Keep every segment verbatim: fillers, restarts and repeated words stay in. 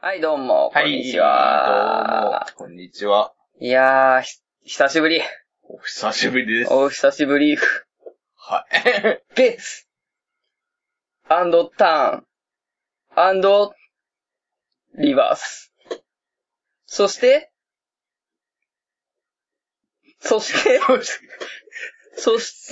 はい、どうも、こんにちは。 はい、どうも、こんにちは。 いやー、ひ、久しぶり。 お久しぶりです。 お久しぶり。 はい。 ゲッツアンドターンアンドリバース。そして、そして、そして、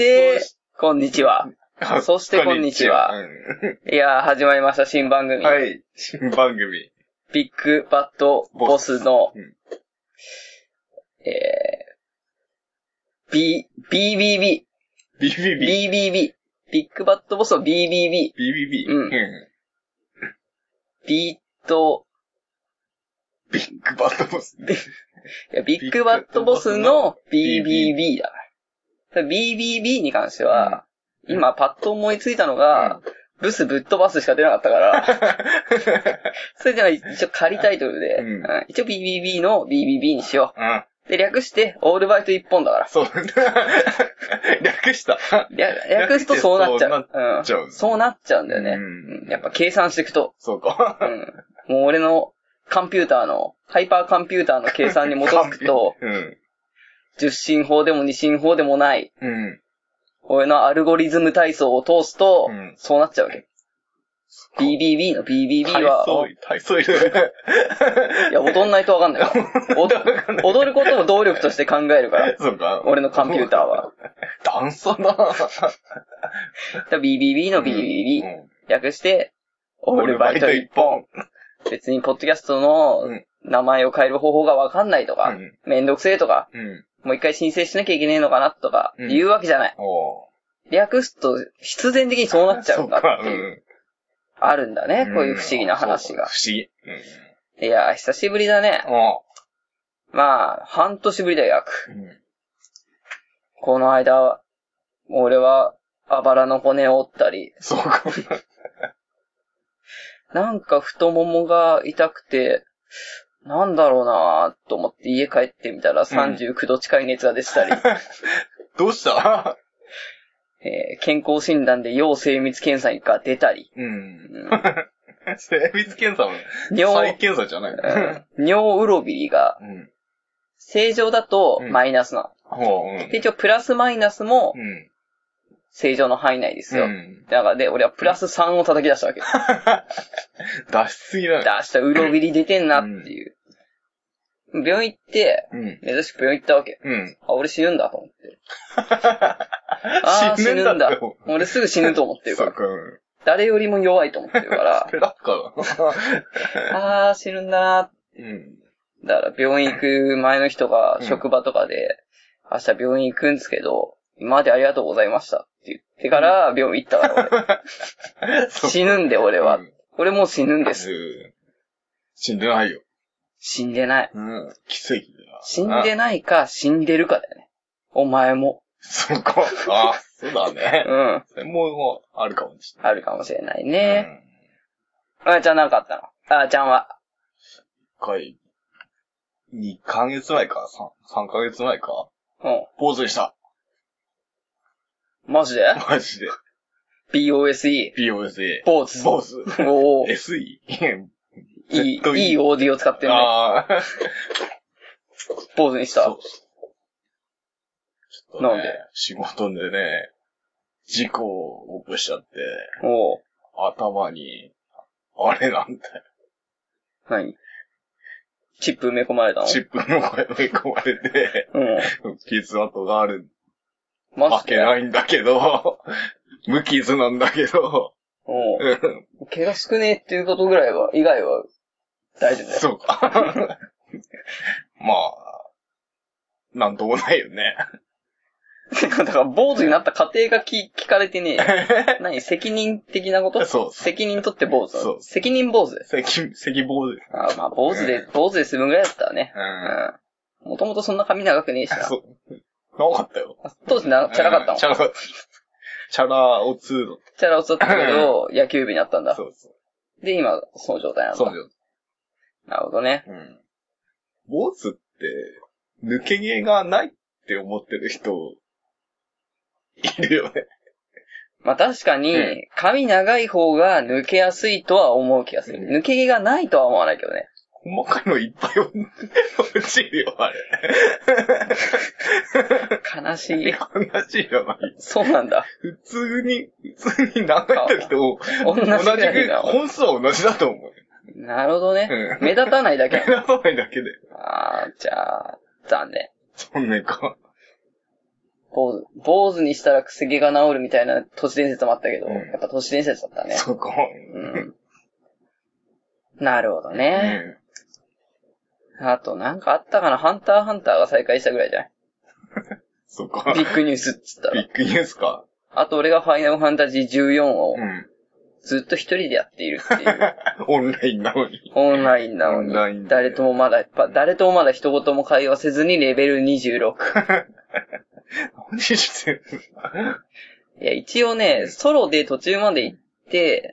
こんにちは。そしてこんにちは。いやー、始まりました、新番組。 はい、新番組。 ビッグバッドボスの、 うん、 えー、B、ビービービー。 ビービービー。 ビービービー。ビッグバッドボスの ビービービー。 ビービービー。 うん。ビート、 ビッグバッドボス。 いや、ビッグバッドボスの ビービービー だから。ビービービー に関しては、うん、今パッと思いついたのが、うん、ブスぶっ飛ばすしか出なかったから、それじゃあ一応仮タイトルで、うん、一応 ビービービー の ビービービー にしよう。うん、で、略して、オールバイト一本だから。 そう。略した。 略、略すとそうなっちゃう。 そうなっちゃう。 うん、そうなっちゃうんだよね。うん、やっぱ計算していくと。 そうか。 うん。もう俺のコンピューターの、ハイパーコンピューターの計算に基づくと、うん、十進法でも二進法でもない、うん、俺のアルゴリズム体操を通すと、うん、そうなっちゃうわけ。ビービービー の ビービービー は、 体操、体操いる。 いや、踊んないとわかんないから。踊ることを動力として考えるから。 そうか。 俺のコンピューターは。 ダンサーだ。 ビービービー の ビービービー。うん、略して、オールバイト一本。別に、ポッドキャストの名前を変える方法がわかんないとか、うん、めんどくせえとか、うん、もう一回申請しなきゃいけねえのかなとか、うん、言うわけじゃない。略すと、必然的にそうなっちゃうんだっていう。あるんだね、こういう不思議な話が。 不思議。 いやー、久しぶりだね。まあ、半年ぶりだよ、約。うん、この間、俺は、あばらの骨を折ったり。 そうか。 なんか太ももが痛くて、なんだろうなーと思って家帰ってみたらさんじゅうきゅうど近い熱が出てたり。うん、 どうしたえー、健康診断で要精密検査が出たり。うん。うん、 精密検査も再検査じゃない、 うん、尿うろびりが、うん、正常だとマイナスなの。うん、で、一応プラスマイナスも、うん正常の範囲内ですよ。うん、だからで、俺はプラスさんを叩き出したわけ。 出しすぎだね。 出した、うろびり出てんなっていう。うん、病院行って、うん、珍しく病院行ったわけ。うん、あ、俺死ぬんだと思って。ああ、死ぬんだ。俺すぐ死ぬと思ってるから。誰よりも弱いと思ってるから。ああ、死ぬんだな、うん。だから病院行く前の人が職場とかで、うん、明日病院行くんですけど、今までありがとうございました。って言ってから病院行ったから俺。死ぬんで俺は、うん。俺もう死ぬんです。 死んでないよ。 死んでない。 うん。奇跡だよ。 死んでないか死んでるかだよね。お前も。 そこ。あ、そうだね。うん。それもあるかもしれない。 あるかもしれないね。うん。あーちゃんなんかあったの？あーちゃんは。 一回、にかげつまえか ?さん ヶ月前かうん。坊主でした。 マジで？ マジで。 ビーオーエスイー。 ビーオーエスイー。 坊主。 坊主。 おー。 エスイー? いい、いいオーディオ使ってるね。ああ。坊主にした。そう。 ちょっとね、なんで仕事でね、事故を起こしちゃって、お頭に、あれなんだよ。 何？チップ埋め込まれたの？ チップ埋め込まれて、うん、傷跡がある。わけないんだけど、無傷なんだけど、 おう怪我少ねえっていうことぐらいは、以外は大丈夫だよ。 そうか。まあ、なんともないよね。 だから、坊主になった過程が聞, 聞かれてねえ。何責任的なこと？ そう。 責任取って坊主？そう。責任坊主？ 責、責坊主。 あまあ、坊主で、坊主で済むぐらいだったらね。うん。もともとそんな髪長くねえしな。 そう。長かったよ。 当時な、チャラかったの？ チャラかった。チャラオツーの。 チャラオツだったけど、野球部になったんだ。 そうそう。 で、今、その状態なんだ。 そうよ。 なるほどね。 うん。坊主って、抜け毛がないって思ってる人、いるよね。 まあ確かに、髪長い方が抜けやすいとは思う気がする。抜け毛がないとは思わないけどね。 細かいのいっぱい落ちるよ、あれ。 悲しい。 悲しいじゃない。 そうなんだ。 普通に、普通に長い時と同じく、本数は同じだと思う。 なるほどね。うん、目立たないだけ。 目立たないだけで。 ああ、じゃあ、残念。 残念か。 坊主、坊主にしたら癖毛が治るみたいな都市伝説もあったけど、うん、やっぱ都市伝説だったね。 そこ。 うん。なるほどね。うん、あと、なんかあったかな、ハンターハンターが再開したぐらいじゃない？ そこ。 ビッグニュースっつったら。 ビッグニュースか。 あと、俺がファイナルファンタジーじゅうよんを、うん、ずっと一人でやっているっていう。 オンラインなのに。 オンラインなのに。オンライン誰ともまだ、誰ともまだ一言も会話せずにレベルにじゅうろく。 何してんの？ いや、一応ね、ソロで途中まで行って、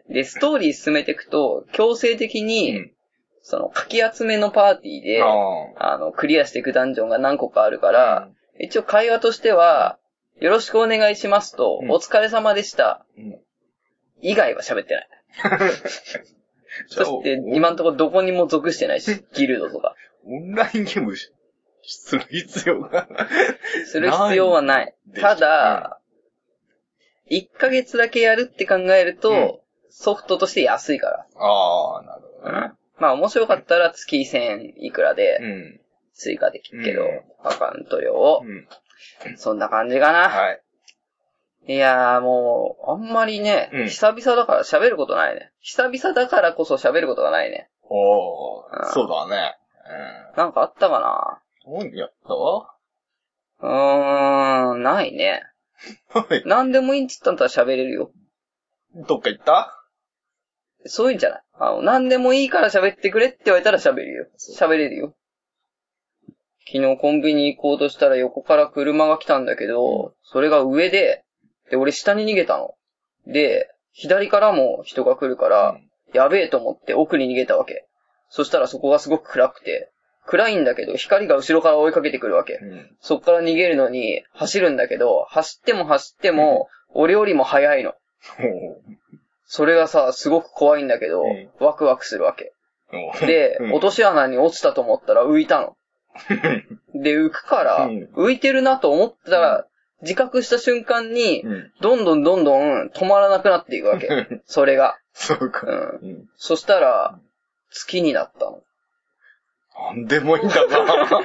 で、ストーリー進めていくと、強制的に、うん、その、かき集めのパーティーで、あの、クリアしていくダンジョンが何個かあるから、うん、一応会話としては、よろしくお願いしますと、うん、お疲れ様でした。うん、以外は喋ってない。そして、今のところどこにも属してないし、ギルドとか。 オンラインゲームする必要がする必要はない。ただ、うん、いっかげつだけやるって考えると、うん、ソフトとして安いから。 ああ、なるほどね。 うん、まあ面白かったら月せんいくらで追加できるけど、うん、アカウント料を、うん。そんな感じかな。はい。いやーもう、あんまりね、うん、久々だから喋ることないね。久々だからこそ喋ることがないね。 おー、うん、そうだね。 うん、なんかあったかな？ 何やったわうーん、ないね。何でもいいっつったんだったら喋れるよ。 どっか行った？ そういうんじゃない。あの、何でもいいから喋ってくれって言われたら喋るよ。喋れるよ。昨日コンビニ行こうとしたら横から車が来たんだけど、うん、それが上で、で、俺下に逃げたの。で、左からも人が来るから、うん、やべえと思って奥に逃げたわけ。そしたらそこがすごく暗くて、暗いんだけど光が後ろから追いかけてくるわけ。うん、そっから逃げるのに走るんだけど、走っても走っても、俺よりも速いの。それがさ、すごく怖いんだけど、うん、ワクワクするわけ。で、うん、落とし穴に落ちたと思ったら浮いたの。で、浮くから、浮いてるなと思ったら、自覚した瞬間に、どんどんどんどん止まらなくなっていくわけ。それが。 そうか。 うん。そしたら、月になったの。 なんでもいいんだな。本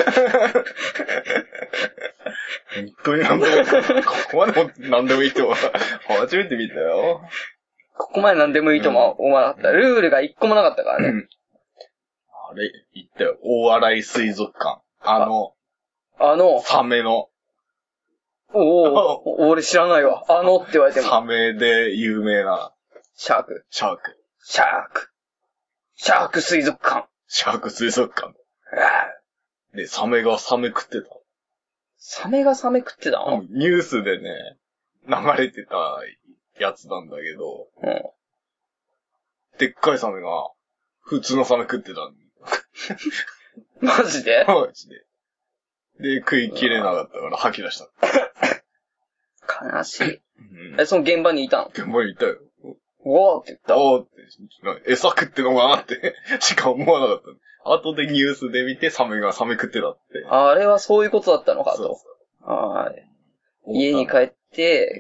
当になんでもいい。ここまでもなんでもいいとは、初めて見たよ。 ここまでなんでもいいとも思わなかった。ルールが一個もなかったからね。うん、 あれ、言ったよ。大洗水族館。あの、 あの、 サメの。 おお、俺知らないわ。あのって言われても。 サメで有名な。 シャーク。 シャーク。 シャーク。シャーク水族館。 シャーク水族館。で、サメがサメ食ってた。 サメがサメ食ってたの？ ニュースでね、流れてたやつなんだけど、うん、でっかいサメが、普通のサメ食ってたんマジで？ マジで。で、食い切れなかったから吐き出した。 悲しい。うん、え、その現場にいたの？ 現場にいたよ。 おーって言った。 おーって、餌食ってのかなってしか思わなかった。後でニュースで見てサメがサメ食ってたって。 あれはそういうことだったのかと。そうそうはい。家に帰って、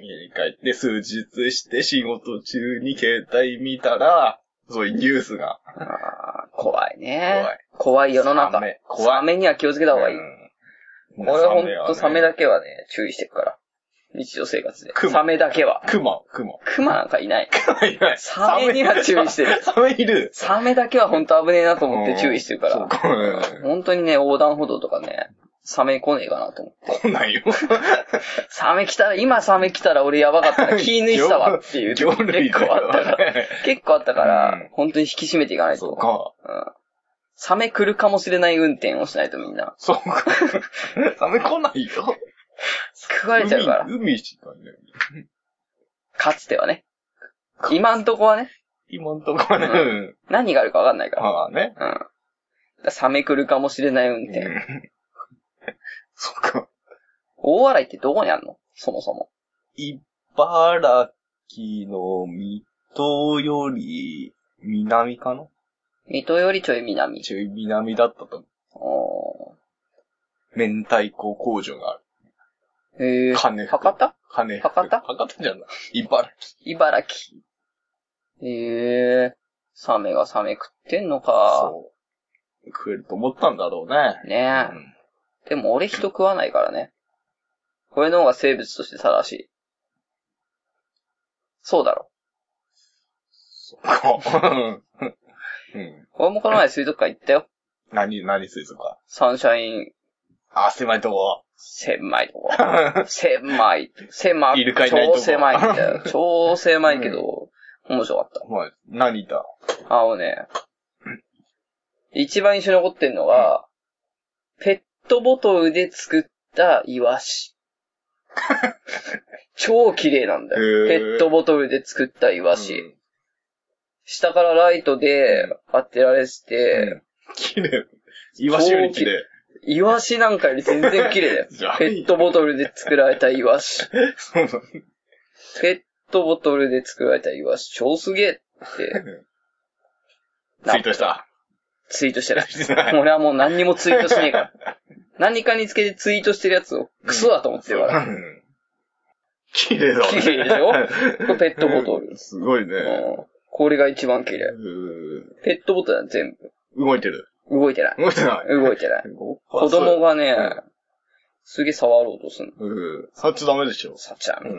家に帰って数日して仕事中に携帯見たら、そういうニュースが。 あ怖いね。怖い。怖い世の中。サメ。怖い。サメには気をつけた方がいい。うん、俺はほんとサメだけはね、注意してるから。日常生活で。サメだけは。 クマ、クマ。 クマなんかいない。 クマいない。 サメには注意してる。 サメいる。 サメだけはほんと危ねえなと思って注意してるから。そうかね。ほんとにね、横断歩道とかね、サメ来ねえかなと思って。 来ないよ。 サメ来たら、今サメ来たら俺やばかったら気抜いてたわっていう。結構あったから。結構あったから、うん、本当に引き締めていかないと。 そうか。 うん。サメ来るかもしれない運転をしないとみんな。 そうか。サメ来ないよ。 食われちゃうから。 海、海しかね。 かつてはね。今んとこはね。 今んとこはね、うん。 何があるかわかんないから。 ああね。 うん。だサメ来るかもしれない運転。うん、 そっか。 大洗ってどこにあんの？そもそも。 茨きの水戸より南かな？ 水戸よりちょい南。 ちょい南だったと思う。明太子工場がある。へぇー。 金福。 博多金福。 博多博多じゃない。茨城。茨城。へぇー。サメがサメ食ってんのか。そう。食えると思ったんだろうね。 ねえ。うん、でも俺人食わないからね。これの方が生物として正しい。そうだろ。 そうか。 うん。俺もこの前水族館行ったよ。 何、何水族館？ サンシャイン。 あ、狭いとこ。 狭いとこ。狭い。狭い。 イルカいないとこ。 超狭いんだよ。超狭いけど、うん、面白かった。 はい。何いた？ あのね、一番印象に残ってんのが、うん、ペットボトルで作ったイワシ。超綺麗なんだよ。ペットボトルで作ったイワシ。うん、下からライトで当てられてて、うん、 綺麗。イワシより綺麗。 イワシなんかより全然綺麗だよ。ペットボトルで作られたイワシ。 そうなの？ ペットボトルで作られたイワシ、超すげえって。 ツイートした。 ツイートしてない。俺はもう何にもツイートしねえから。何かにつけてツイートしてるやつをクソだと思ってるから。うん、 綺麗だね。 綺麗でしょ？これペットボトル。 すごいね。 うん、これが一番綺麗。ペットボトルは全部。動いてる。 動いてない。 動いてない。 動いてない。子供がね、うん、すげえ触ろうとするの。 うん。触っちゃダメでしょ。 触っちゃう。うん。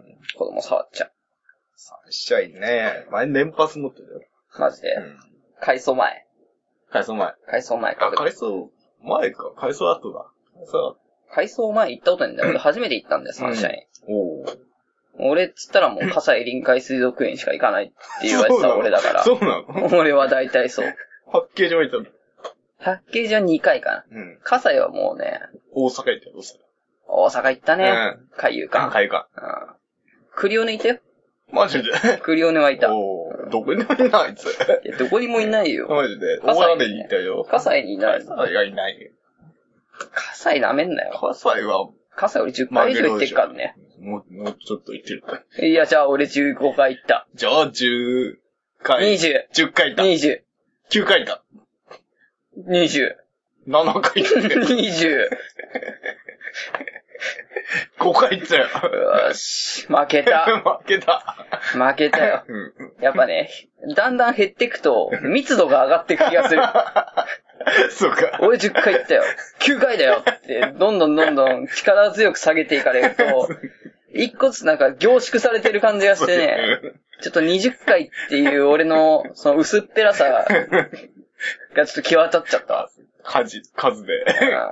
子供触っちゃう。 触っちゃいいね。前年パス持ってたよ。 マジで。うん。改装前。 改装前。 改装前か。 あ、改装前か。改装後だ。改装後。 改装前行ったことないんだよ。俺初めて行ったんだよ、サンシャイン。うん、おー。俺っつったらもう、葛西臨海水族園しか行かないって言われてた俺だから。 そうなの？ 俺は大体そう。 パッケージも行ったの？ パッケージはにかいかな。うん。葛西はもうね。 大阪行ったよ、 大阪行ったね。うん。海遊館。 海遊館。 うん。クリオネいたよ。 マジで？ クリオネはいた。 おー。どこにもいない、あいつ。 いや、どこにもいないよ。 マジで。大阪にいたよ。 葛西にいない。 葛西がいないよ。 葛西舐めんなよ。 葛西は。 葛西俺じゅっかい以上行ってっからね。 もう、もうちょっと行ってるか。 いや、じゃあ俺じゅうごかい行った。 じゃあじゅっかい。 にじゅう。 じゅっかい行った。 にじゅう。 きゅうかい行った。 にじゅう。 ななかい行った。 にじゅう。 ごかい行ったよ。 よし。負けた。 負けた。 負けたよ。やっぱね、だんだん減っていくと、密度が上がっていく気がする。 そうか。 俺じゅっかい行ったよ。きゅうかいだよって、どんどんどんどん力強く下げていかれると、一個ずつなんか凝縮されてる感じがしてね、ちょっとにじゅっかいっていう俺の、その薄っぺらさがちょっと際立っちゃった。 数、数で。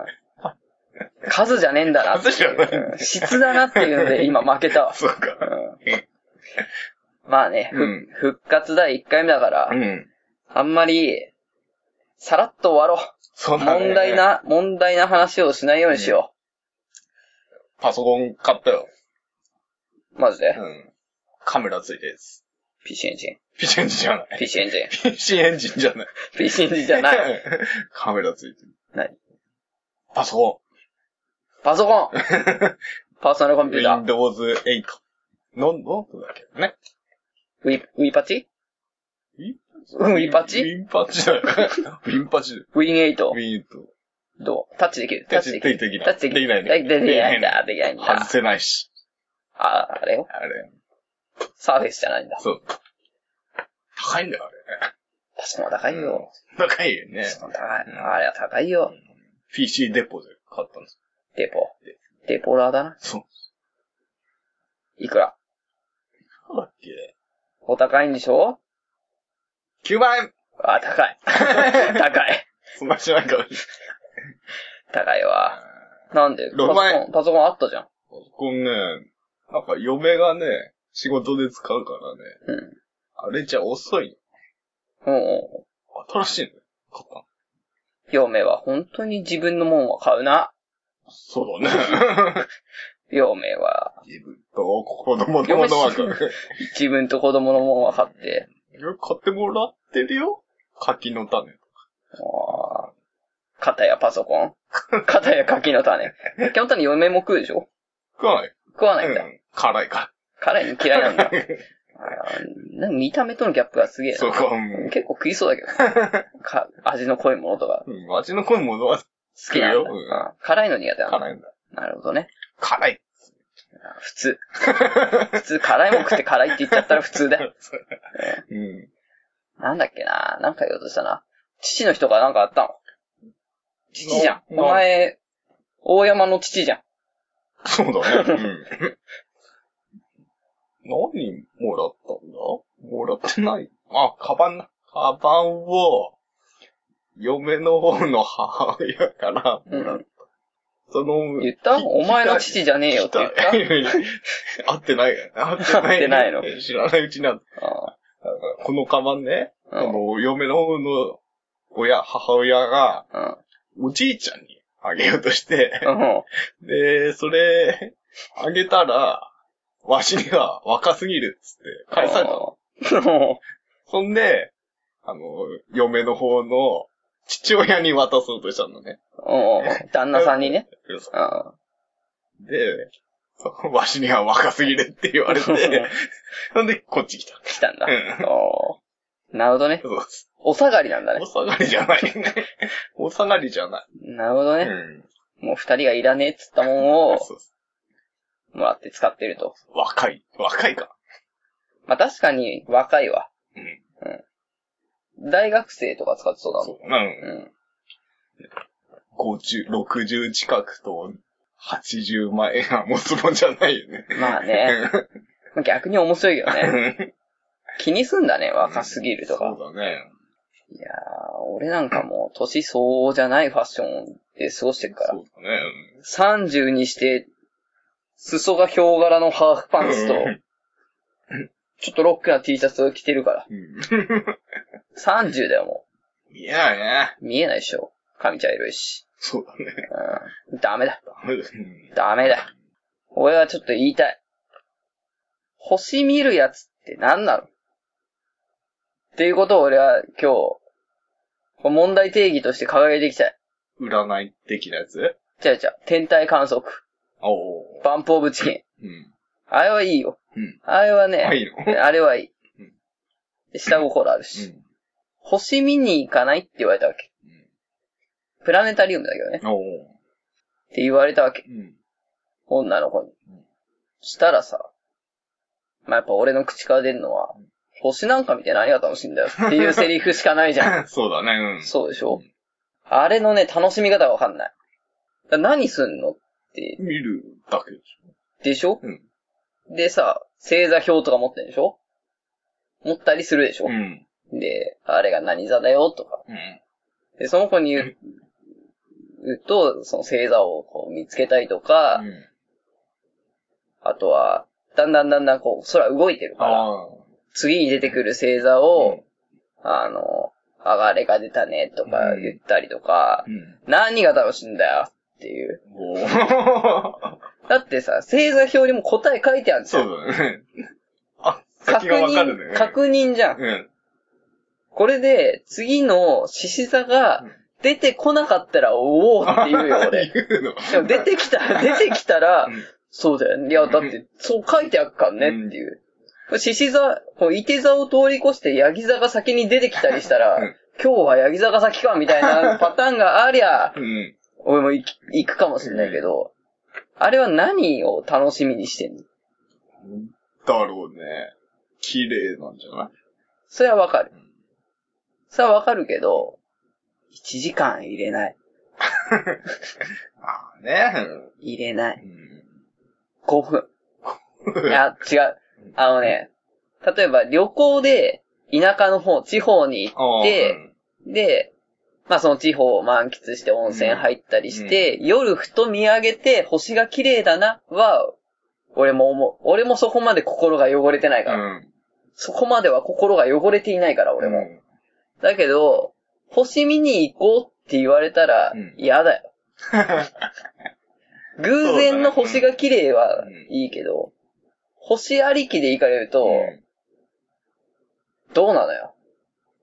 数じゃねえんだな。 数じゃない。 質だなっていうので今負けたわ。 そうか。うん、 まあね、うん、復活だいいっかいめだから、うん、あんまり、さらっと終わろう。 そうだね。 問題な、問題な話をしないようにしよう。うん、パソコン買ったよ。 マジで？ うん。カメラついてるです。 ピーシー エンジン。 ピーシー エンジンじゃない。 ピーシー エンジン。 ピーシー エンジンじゃない。 ピーシー エンジンじゃない。 カメラついてる。 何？ パソコン。 パソコンパーソナルコンピューター。 ウィンドウズエイト。の、の、どうだっけね。 ウィ、ウィパチウィウィパチウィンパチだよ。ウィンパチ。 ウィンエイト。 ウィンエイト。 どうタッチできるタッチできる。できない。 タッチできない。できないんだ。できないんだ。 外せないし。 あ、あれよ。 あれ。 サーフェスじゃないんだ。 そう。高いんだよ、あれ。 確かに高いよ。 高いよね。 高い。あれは高いよ。 ピーシー デポで買ったんです。 デポ。デポラーだな。 そう。 いくら？ いくらだっけ？ お高いんでしょ？ きゅうまんえん。 あ、高い。高い。 そんなしないから。 高いわ。なんで？ ろくまんえん。 パソコンあったじゃん。 パソコンね、なんか嫁がね、仕事で使うからね。うん。あれじゃ遅い。 うん。 新しいね。買ったの。 嫁は本当に自分のもんは買うな。 そうだね。 嫁は。 自分と子供のものは買う。 自分と子供のもんは買って。 買ってもらってるよ。柿の種とか。ああ。片やパソコン片や柿の種。柿の種嫁も食うでしょ？ 食わない。 食わないんだ。うん、 辛いか辛いの嫌いなんだ。なんか見た目とのギャップがすげえな。 そうか、うん、 結構食いそうだけど。か味の濃いものとか。 うん、味の濃いものは好きなんだ。うん、辛いの苦手なんだ。 辛いんだ。 なるほどね。 辛い。 普通。普通、辛いもん食って辛いって言っちゃったら普通だよ。 うん、 なんだっけな、なんか言おうとしたな。父の人がなんかあったの。父じゃん。お前、大山の父じゃん。 そうだね。うん、何もらったんだ？もらってない。あ、カバンな。カバンを、嫁の方の母親からもらった。うん、その、 言った？お前の父じゃねえよって言った？ 会ってない。会ってない。 会ってないの。 知らないうちにあった。このカバンね、うん、あの、嫁の方の親、母親が、うん、おじいちゃんにあげようとして、うん、で、それ、あげたら、わしには若すぎるっつって返されたの。そんで、あの、嫁の方の父親に渡そうとしたのね。 旦那さんにね。 で、わしには若すぎるって言われて、そんでこっち来た。 来たんだ。なるほどね。お下がりなんだね。 お下がりじゃない。お下がりじゃない。 なるほどね。うん、もう二人がいらねえっつったもんを、もらって使ってると。 若い。若いか。 まあ確かに若いわ。うん。うん、大学生とか使ってそうだもん。そうだな。うん。 ごじゅう、ろくじゅう近くとはちじゅうまえが持つもんじゃないよね。 まあね。逆に面白いけどね。気にすんだね、若すぎるとか。 うん、そうだね。 いやー、俺なんかもう年相応じゃないファッションで過ごしてるから。 そうだね。 さんじゅうにして、裾がヒョウ柄のハーフパンツと、ちょっとロックな T シャツを着てるから。さんじゅうだよ、もう。いやね。 見えないでしょ。髪茶色いし。 そうだね。 うん。ダメだ。ダメだ。ダメだ。俺はちょっと言いたい。星見るやつって何なの？っていうことを俺は今日、問題定義として掲げていきたい。 占い的なやつ？ ちゃうちゃう。天体観測。 おー。 バンプオブチキン。うん。あれはいいよ。 うん。 あれはね、 あ、いいの？ あれはいい。うん。下心あるし。うん。星見に行かないって言われたわけ。うん。プラネタリウムだけどね。おー。って言われたわけ。うん。女の子に。うん。したらさ、まあ、やっぱ俺の口から出るのは、うん、星なんか見て何が楽しいんだよっていうセリフしかないじゃん。 そうだね、うん。 そうでしょ、うん、あれのね、楽しみ方がわかんない。何すんのって。 見るだけでしょ。 でしょ、うん、でさ、星座表とか持ってるでしょ、持ったりするでしょ、うん、で、あれが何座だよとか。うん、で、その子に言う、言うと、その星座をこう見つけたりとか、うん、あとは、だんだんだんだんこう空動いてるから、次に出てくる星座を、うん、あの、上がれが出たねとか言ったりとか、うん、何が楽しいんだよっていう。だってさ、星座表にも答え書いてあるんですよ。 そうだね。あ、先がわかるね。 確認じゃん。うん、これで、次の獅子座が出てこなかったら、おーって言うよ、俺。 言うの？ でも出てきたら、出てきたら、うん、そうだよね。いや、だって、そう書いてあるからねっていう。獅子座、いて座を通り越してヤギ座が先に出てきたりしたら、うん、今日はヤギ座が先かみたいなパターンがありゃ、うん、俺も行くかもしれないけど、うん、あれは何を楽しみにしてんの？ だろうね。綺麗なんじゃない？ それはわかる。それはわかるけど、いちじかん入れない。 まあね。 入れない。うん、ごふん。いや、違う。あのね、例えば旅行で田舎の方、地方に行って、うん、で、まあその地方を満喫して温泉入ったりして、うん、夜ふと見上げて星が綺麗だなは、俺も思う。俺もそこまで心が汚れてないから。うん、そこまでは心が汚れていないから、俺も。うん、だけど、星見に行こうって言われたら、嫌だよ。偶然の星が綺麗はいいけど、星ありきで行かれると、うん、どうなのよ。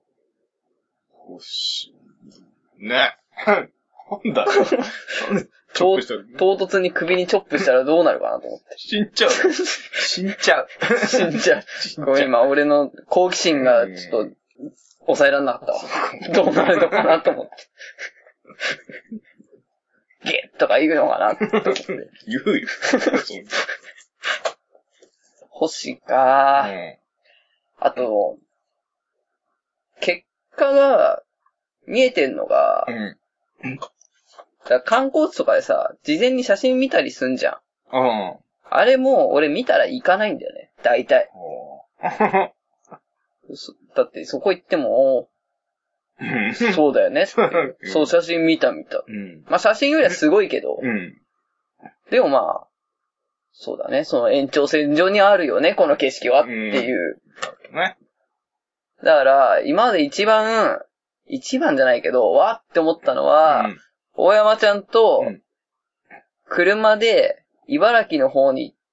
星、ね。なんだろう。 チョップしたら。 唐突に首にチョップしたらどうなるかなと思って。 死んじゃう。死んじゃう。 死んじゃう。ごめん、今俺の好奇心がちょっと抑えられなかったわ。どうなるのかなと思って。ゲッとか言うのかなと思って。 言うよ。 星かー、うん。あと、結果が見えてんのが、うん、だから観光地とかでさ、事前に写真見たりすんじゃん。うん、あれも俺見たら行かないんだよね。大体。だってそこ行っても、そうだよねって。そう、写真見た見た。うん、まあ写真よりはすごいけど、うん、でもまあ、そうだね。その延長線上にあるよね、この景色はっていう。うん、ね。だから、今まで一番、一番じゃないけど、わって思ったのは、うん、大山ちゃんと、車で茨城の方に行って、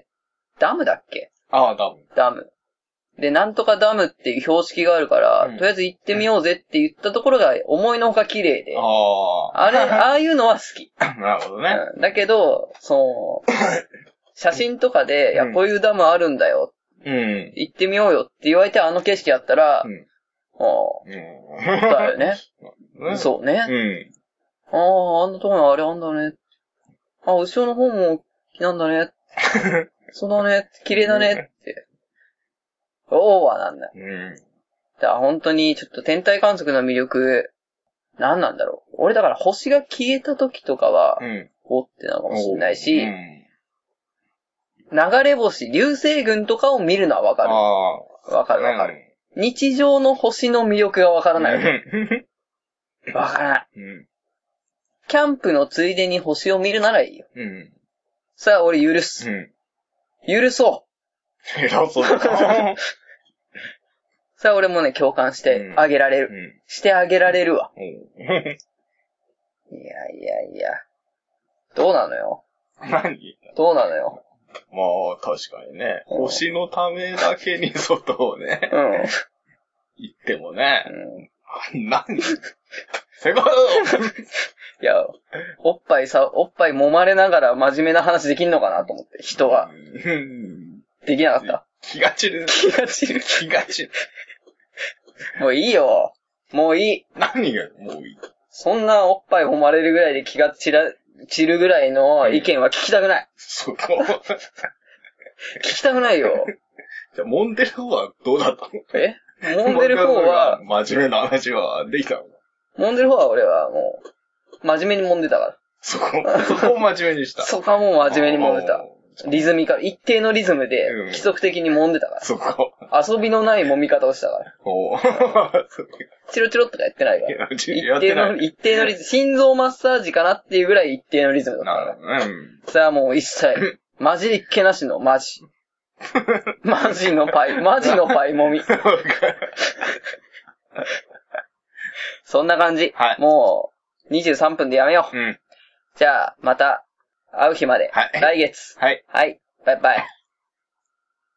うん、ダムだっけ？ ああ、ダム。 ダム。で、なんとかダムっていう標識があるから、うん、とりあえず行ってみようぜって言ったところが思いのほか綺麗で、あ, あれ、ああいうのは好き。 なるほどね。 うん、だけど、その、写真とかで、いや、こういうダムあるんだよ。うん。行ってみようよって言われてあの景色あったら、うん。ああ、うん。だよね。ねそうね。うん。ああ、あんなとこにあれあんだね。あ、後ろの方も、なんだね。そうだね。綺麗だねって。おーはなんだ。うん。だから本当にちょっと天体観測の魅力、なんなんだろう。俺だから星が消えた時とかは、うん。おってなのかもしれないし、うん。流れ星、流星群とかを見るのはわかる。わかるわかる。うん、日常の星の魅力がわからない。わからない、うん。キャンプのついでに星を見るならいいよ。うん、それは俺許す。うん、許そう。 偉そうだな。 それは俺もね、共感してあげられる。うん、してあげられるわ。うん、いやいやいや。どうなのよ。 何？ どうなのよ。 まあ、確かにね。星のためだけに外をね。うん。行ってもね。うん。何？セコいや、おっぱいさ、おっぱい揉まれながら真面目な話できんのかなと思って、人は。うん。できなかった。 気が散る。 気が散る。 気が散る。 もういいよ。もういい。 何がもういい？ そんなおっぱい揉まれるぐらいで気が散ら、散るぐらいの意見は聞きたくない。 そこ聞きたくないよ。 じゃあ、揉んでる方はどうだったの？ え揉んでる方は、 真面目な話はできたの？ 揉んでる方は俺はもう、真面目に揉んでたから。 そこ、そこを真面目にした。 そこはもう真面目に揉んでた。リズミカル、一定のリズムで、規則的に揉んでたから。 そこ。 遊びのない揉み方をしたから。おチロチロとかやってないから。一定の、一定のリズム、心臓マッサージかなっていうぐらい一定のリズムだったから。なるほどね。それはもう一切、マジっ気なしのマジ。マジのパイ、マジのパイ揉み。そんな感じ。はい。もう、にじゅうさんぷんでやめよう。うん。じゃあ、また、会う日まで。はい。来月。はい。はい。バイバイ。